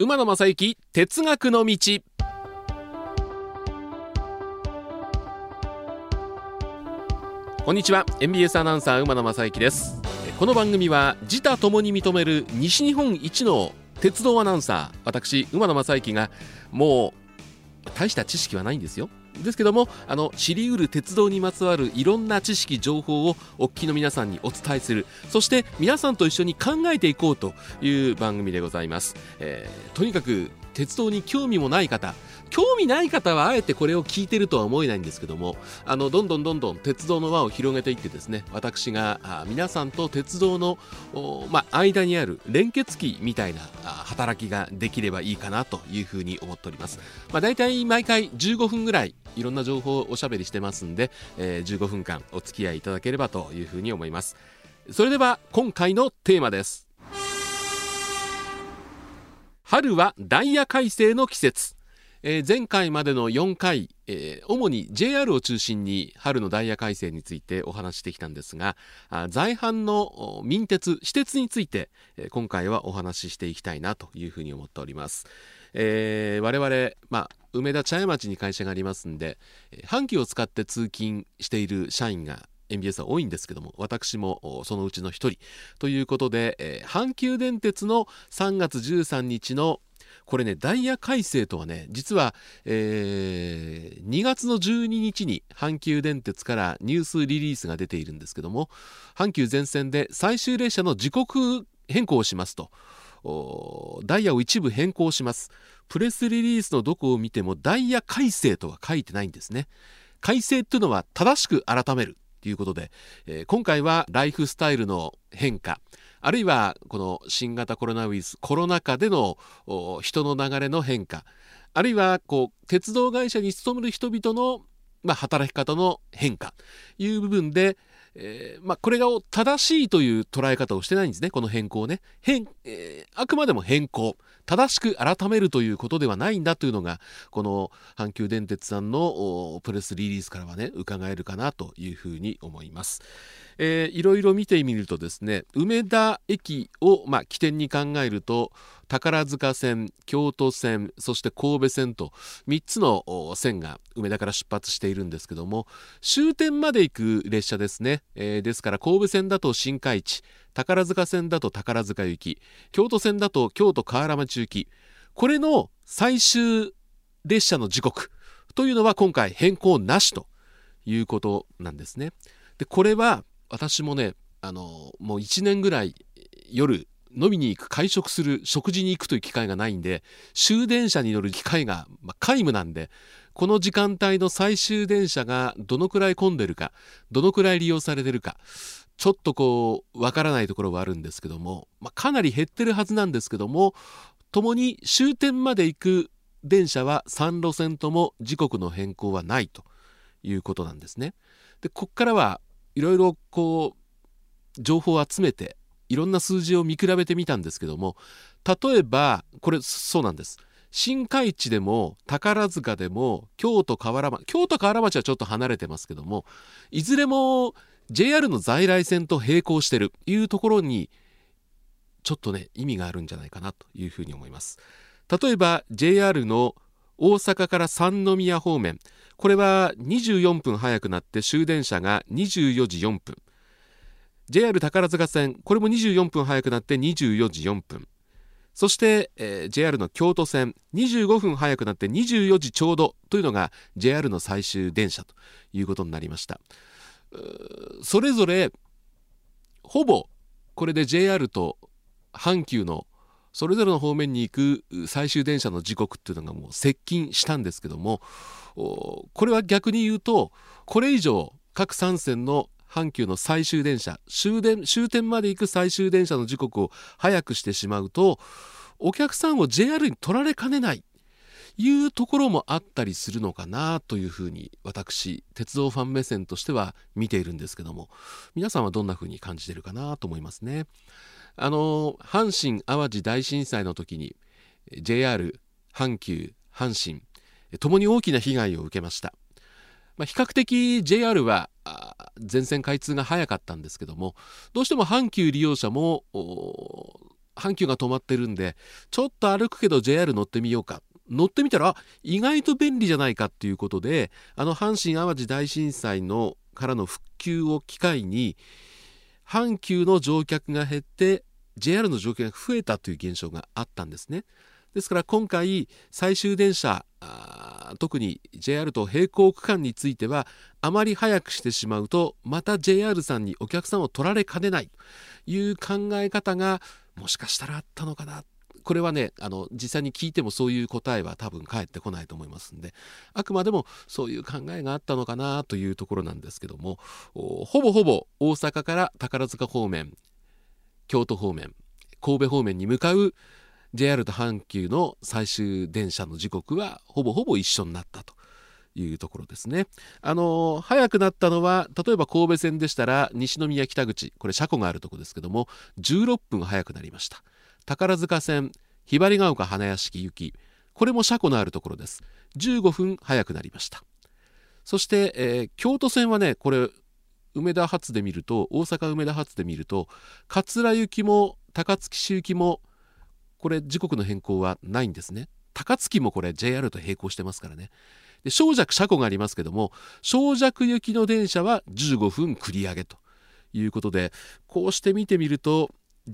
馬野正幸哲学の道。こんにちは、 MBS アナウンサー馬野正幸です。この番組は自他ともに認める西日本一の鉄道アナウンサー、私馬野正幸がもう大した知識はないんですよ。ですけども知り得る鉄道にまつわるいろんな知識情報をお聞きの皆さんにお伝えする、そして皆さんと一緒に考えていこうという番組でございます。とにかく鉄道に興味ない方はあえてこれを聞いてるとは思えないんですけども、どんどん鉄道の輪を広げていってですね、私が皆さんと鉄道の間にある連結器みたいな働きができればいいかなというふうに思っております。だいたい毎回15分ぐらいいろんな情報をおしゃべりしてますんで、15分間お付き合いいただければというふうに思います。それでは今回のテーマです。春はダイヤ改正の季節。前回までの4回、主に JR を中心に春のダイヤ改正についてお話してきたんですが、在阪の民鉄、私鉄について、今回はお話ししていきたいなというふうに思っております。我々、梅田茶屋町に会社がありますんで、阪急を使って通勤している社員がMBS は多いんですけども、私もそのうちの一人ということで、阪急電鉄の3月13日のこれね、ダイヤ改正とはね、実は、2月の12日に阪急電鉄からニュースリリースが出ているんですけども、阪急全線で最終列車の時刻変更をしますと、ダイヤを一部変更します。プレスリリースのどこを見てもダイヤ改正とは書いてないんですね。改正っていうのは正しく改めるということで、今回はライフスタイルの変化、あるいはこの新型コロナウイルスコロナ禍での人の流れの変化、あるいは鉄道会社に勤める人々の働き方の変化という部分で、これが正しいという捉え方をしてないんですね。この変更ね、あくまでも変更、正しく改めるということではないんだというのが、この阪急電鉄さんのプレスリリースからはね、伺えるかなというふうに思います。いろいろ見てみるとですね、梅田駅を起点に考えると、宝塚線、京都線、そして神戸線と3つの線が梅田から出発しているんですけども、終点まで行く列車ですね。ですから神戸線だと新海地、宝塚線だと宝塚行き、京都線だと京都河原町行き、これの最終列車の時刻というのは今回変更なしということなんですね。でこれは私もね、もう1年ぐらい夜飲みに行く、会食する、食事に行くという機会がないんで、終電車に乗る機会が皆無なんで、この時間帯の最終電車がどのくらい混んでるか、どのくらい利用されてるか、ちょっとわからないところはあるんですけども、かなり減ってるはずなんですけども、ともに終点まで行く電車は3路線とも時刻の変更はないということなんですね。でここからはいろいろ情報を集めていろんな数字を見比べてみたんですけども、例えばこれそうなんです。新海地でも宝塚でも京都河原町はちょっと離れてますけども、いずれも JR の在来線と並行しているというところにちょっとね、意味があるんじゃないかなというふうに思います。例えば JR の大阪から三宮方面、これは24分早くなって終電車が24時4分、 JR 宝塚線、これも24分早くなって24時4分、そして、JR の京都線25分早くなって24時ちょうどというのが JR の最終電車ということになりました。それぞれほぼこれで JR と阪急のそれぞれの方面に行く最終電車の時刻っていうのがもう接近したんですけども、これは逆に言うと、これ以上各3線の阪急の最終電車、終点まで行く最終電車の時刻を早くしてしまうと、お客さんを JR に取られかねないいうところもあったりするのかなというふうに、私鉄道ファン目線としては見ているんですけども、皆さんはどんなふうに感じているかなと思いますね。阪神・淡路大震災の時に JR、阪急、阪神ともに大きな被害を受けました。比較的 JR は全線開通が早かったんですけども、どうしても阪急利用者も阪急が止まってるんでちょっと歩くけど JR 乗ってみようか、乗ってみたら意外と便利じゃないかっていうことで、阪神淡路大震災のからの復旧を機会に阪急の乗客が減って JR の乗客が増えたという現象があったんですね。ですから今回最終電車、特に JR と並行区間についてはあまり早くしてしまうとまた JR さんにお客さんを取られかねないという考え方がもしかしたらあったのかな。これはね、実際に聞いてもそういう答えは多分返ってこないと思いますんで、あくまでもそういう考えがあったのかなというところなんですけども、ほぼほぼ大阪から宝塚方面、京都方面、神戸方面に向かう JR と阪急の最終電車の時刻はほぼほぼ一緒になったというところですね。早くなったのは例えば神戸線でしたら西宮北口、これ車庫があるところですけども16分早くなりました。宝塚線ひばりが丘花屋敷行き、これも車庫のあるところです。15分早くなりました。そして、京都線はね、これ梅田発で見ると、大阪梅田発で見ると桂行きも高槻市行きもこれ時刻の変更はないんですね。高槻もこれ JR と並行してますからね。で小尺車庫がありますけども小尺行きの電車は15分繰り上げということで、こうして見てみると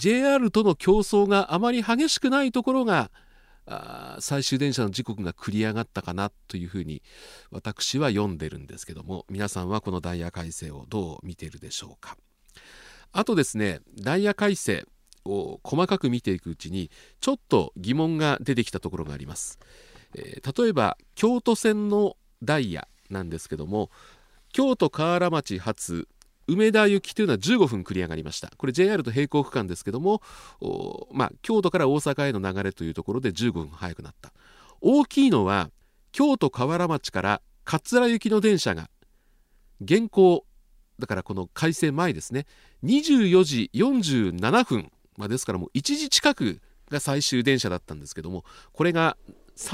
JR との競争があまり激しくないところが最終電車の時刻が繰り上がったかなというふうに私は読んでるんですけども、皆さんはこのダイヤ改正をどう見ているでしょうか。あとですね、ダイヤ改正を細かく見ていくうちにちょっと疑問が出てきたところがあります。例えば京都線のダイヤなんですけども、京都河原町発梅田行きというのは15分繰り上がりました。これ JR と並行区間ですけども、京都から大阪への流れというところで15分早くなった。大きいのは京都河原町から桂行きの電車が現行だからこの改正前ですね、24時47分、ですからもう1時近くが最終電車だったんですけども、これが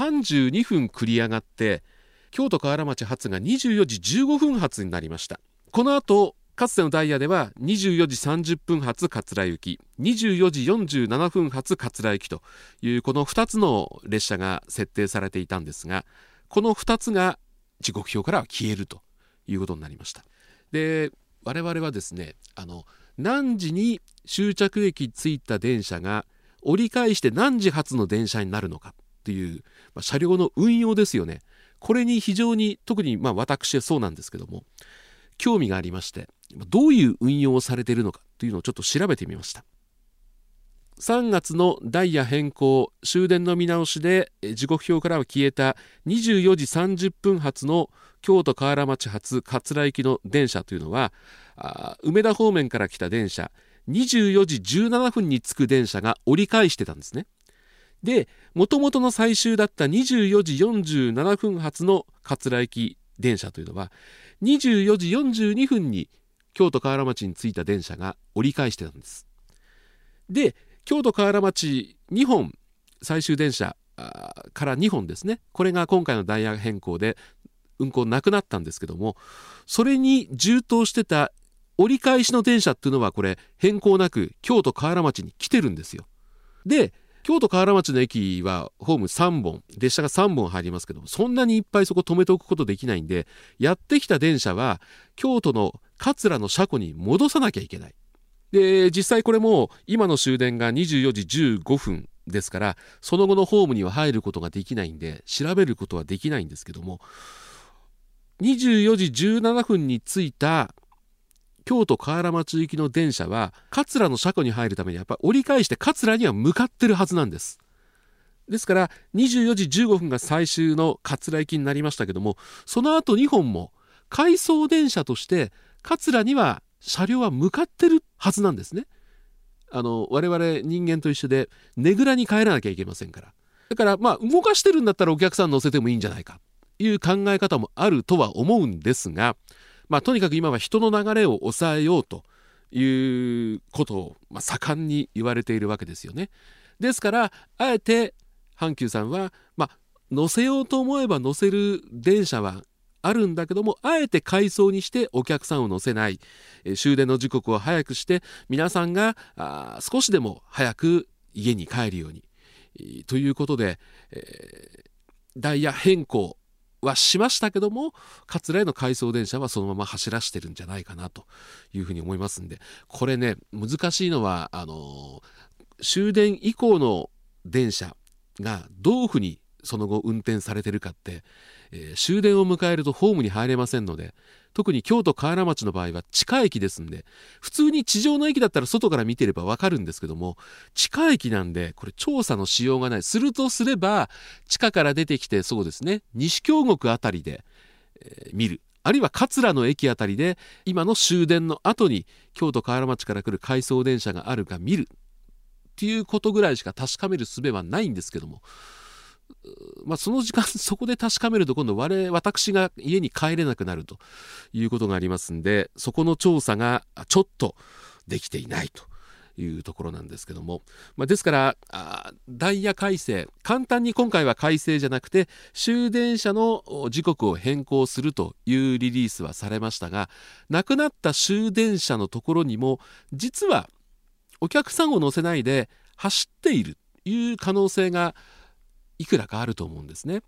32分繰り上がって京都河原町発が24時15分発になりました。この後かつてのダイヤでは24時30分発桂行き、24時47分発桂行きというこの2つの列車が設定されていたんですが、この2つが時刻表からは消えるということになりました。で我々はですね、何時に終着駅着いた電車が折り返して何時発の電車になるのかという、車両の運用ですよね。これに非常に特に私はそうなんですけども興味がありまして、どういう運用をされているのかというのをちょっと調べてみました。3月のダイヤ変更終電の見直しで時刻表からは消えた24時30分発の京都河原町発桂行きの電車というのは梅田方面から来た電車24時17分に着く電車が折り返してたんですね。で元々の最終だった24時47分発の桂行き電車というのは24時42分に京都河原町に着いた電車が折り返してたんです。で京都河原町2本最終電車から2本ですね、これが今回のダイヤ変更で運行なくなったんですけども、それに充当してた折り返しの電車っていうのはこれ変更なく京都河原町に来てるんですよ。で京都河原町の駅はホーム3本列車が3本入りますけども、そんなにいっぱいそこ止めておくことできないんで、やってきた電車は京都の桂の車庫に戻さなきゃいけない。で実際これも今の終電が24時15分ですから、その後のホームには入ることができないんで調べることはできないんですけども、24時17分に着いた京都河原町行きの電車は桂の車庫に入るためにやっぱり折り返して桂には向かってるはずなんです。ですから24時15分が最終の桂行きになりましたけども、その後2本も回送電車として桂には車両は向かってるはずなんですね。我々人間と一緒でねぐらに帰らなきゃいけませんから。だから動かしてるんだったらお客さん乗せてもいいんじゃないかという考え方もあるとは思うんですが、とにかく今は人の流れを抑えようということを盛んに言われているわけですよね。ですからあえて阪急さんは乗せようと思えば乗せる電車はあるんだけども、あえて回送にしてお客さんを乗せない、終電の時刻を早くして皆さんが少しでも早く家に帰るように、ということで、ダイヤ変更はしましたけども、桂への回送電車はそのまま走らしてるんじゃないかなというふうに思いますんで、これね難しいのは終電以降の電車がどういうふうにその後運転されてるかって、終電を迎えるとホームに入れませんので、特に京都河原町の場合は地下駅ですんで、普通に地上の駅だったら外から見てれば分かるんですけども、地下駅なんでこれ調査のしようがない。するとすれば地下から出てきて、そうですね、西京極あたりで、見る、あるいは桂の駅あたりで今の終電の後に京都河原町から来る回送電車があるか見るっていうことぐらいしか確かめる術はないんですけども、その時間そこで確かめると今度私が家に帰れなくなるということがありますんで、そこの調査がちょっとできていないというところなんですけども、ですからダイヤ改正、簡単に今回は改正じゃなくて終電車の時刻を変更するというリリースはされましたが、亡くなった終電車のところにも実はお客さんを乗せないで走っているという可能性がいくらかあると思うんですね。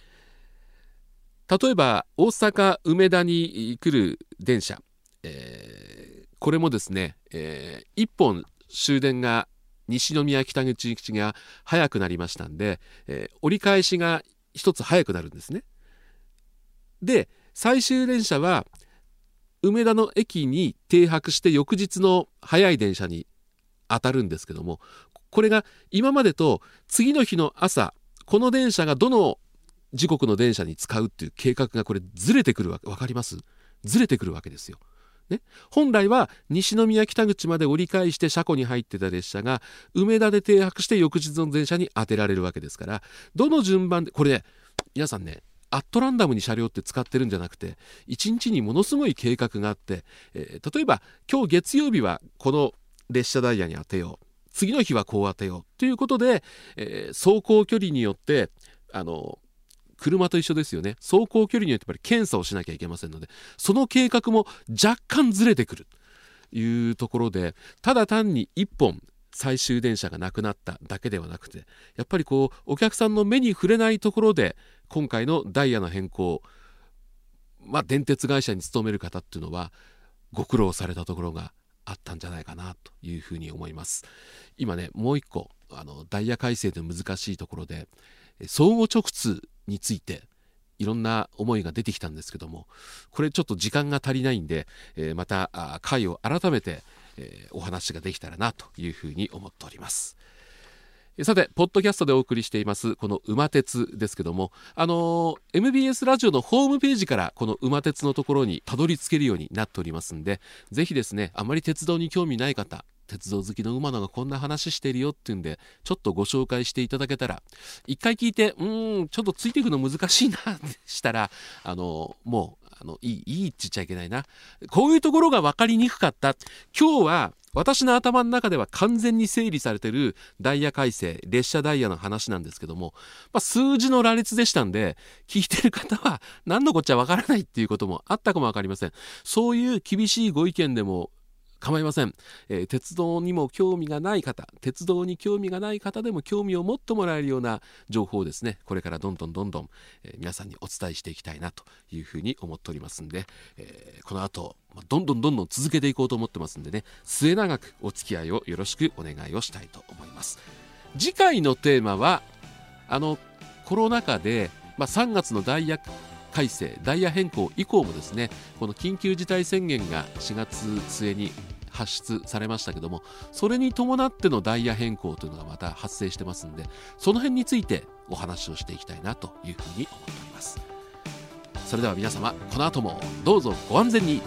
例えば大阪梅田に来る電車、これもですね、1本終電が西宮北口行きが早くなりましたんで、折り返しが1つ早くなるんですね。で最終電車は梅田の駅に停泊して翌日の早い電車に当たるんですけども、これが今までと次の日の朝この電車がどの時刻の電車に使うっていう計画がこれずれてくるわけ、分かります？ずれてくるわけですよ、ね、本来は西宮北口まで折り返して車庫に入ってた列車が梅田で停泊して翌日の電車に当てられるわけですから、どの順番でこれね、皆さんねアットランダムに車両って使ってるんじゃなくて、1日にものすごい計画があって、例えば今日月曜日はこの列車ダイヤに当てよう、次の日はこう当てようということで、走行距離によって車と一緒ですよね。走行距離によってやっぱり検査をしなきゃいけませんので、その計画も若干ずれてくるというところで、ただ単に1本最終電車がなくなっただけではなくて、やっぱりお客さんの目に触れないところで今回のダイヤの変更、電鉄会社に勤める方っていうのはご苦労されたところがあったんじゃないかなというふうに思います。今ねもう一個ダイヤ改正で難しいところで相互直通についていろんな思いが出てきたんですけども、これちょっと時間が足りないんで、また回を改めて、お話ができたらなというふうに思っております。さてポッドキャストでお送りしていますこの馬鉄ですけども、MBS ラジオのホームページからこの馬鉄のところにたどり着けるようになっておりますんで、ぜひですね、あまり鉄道に興味ない方、鉄道好きの馬野がこんな話しているよっていうんでちょっとご紹介していただけたら、一回聞いてちょっとついていくの難しいなしたらもういいって言っちゃいけないな、こういうところが分かりにくかった、今日は私の頭の中では完全に整理されているダイヤ改正、列車ダイヤの話なんですけども、数字の羅列でしたんで聞いてる方は何のこっちゃわからないっていうこともあったかもわかりません。そういう厳しいご意見でも構いません。鉄道にも興味がない方、鉄道に興味がない方でも興味を持ってもらえるような情報をですね、これからどんどん、皆さんにお伝えしていきたいなというふうに思っておりますんで、この後どんどん続けていこうと思ってますんでね、末永くお付き合いをよろしくお願いをしたいと思います。次回のテーマはコロナ禍で、3月のダイヤ改正、ダイヤ変更以降もですね、この緊急事態宣言が4月末に発出されましたけども、それに伴ってのダイヤ変更というのがまた発生してますんで、その辺についてお話をしていきたいなというふうに思っております。それでは皆様、この後もどうぞご安全に。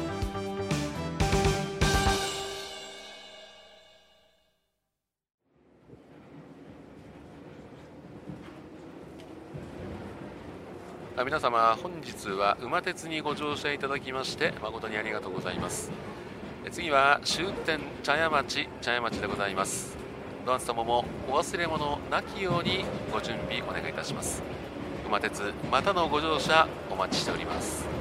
皆様、本日は馬鉄にご乗車いただきまして誠にありがとうございます。次は終点茶屋町でございます。どなた様もお忘れ物なきようにご準備お願いいたします。馬鉄またのご乗車お待ちしております。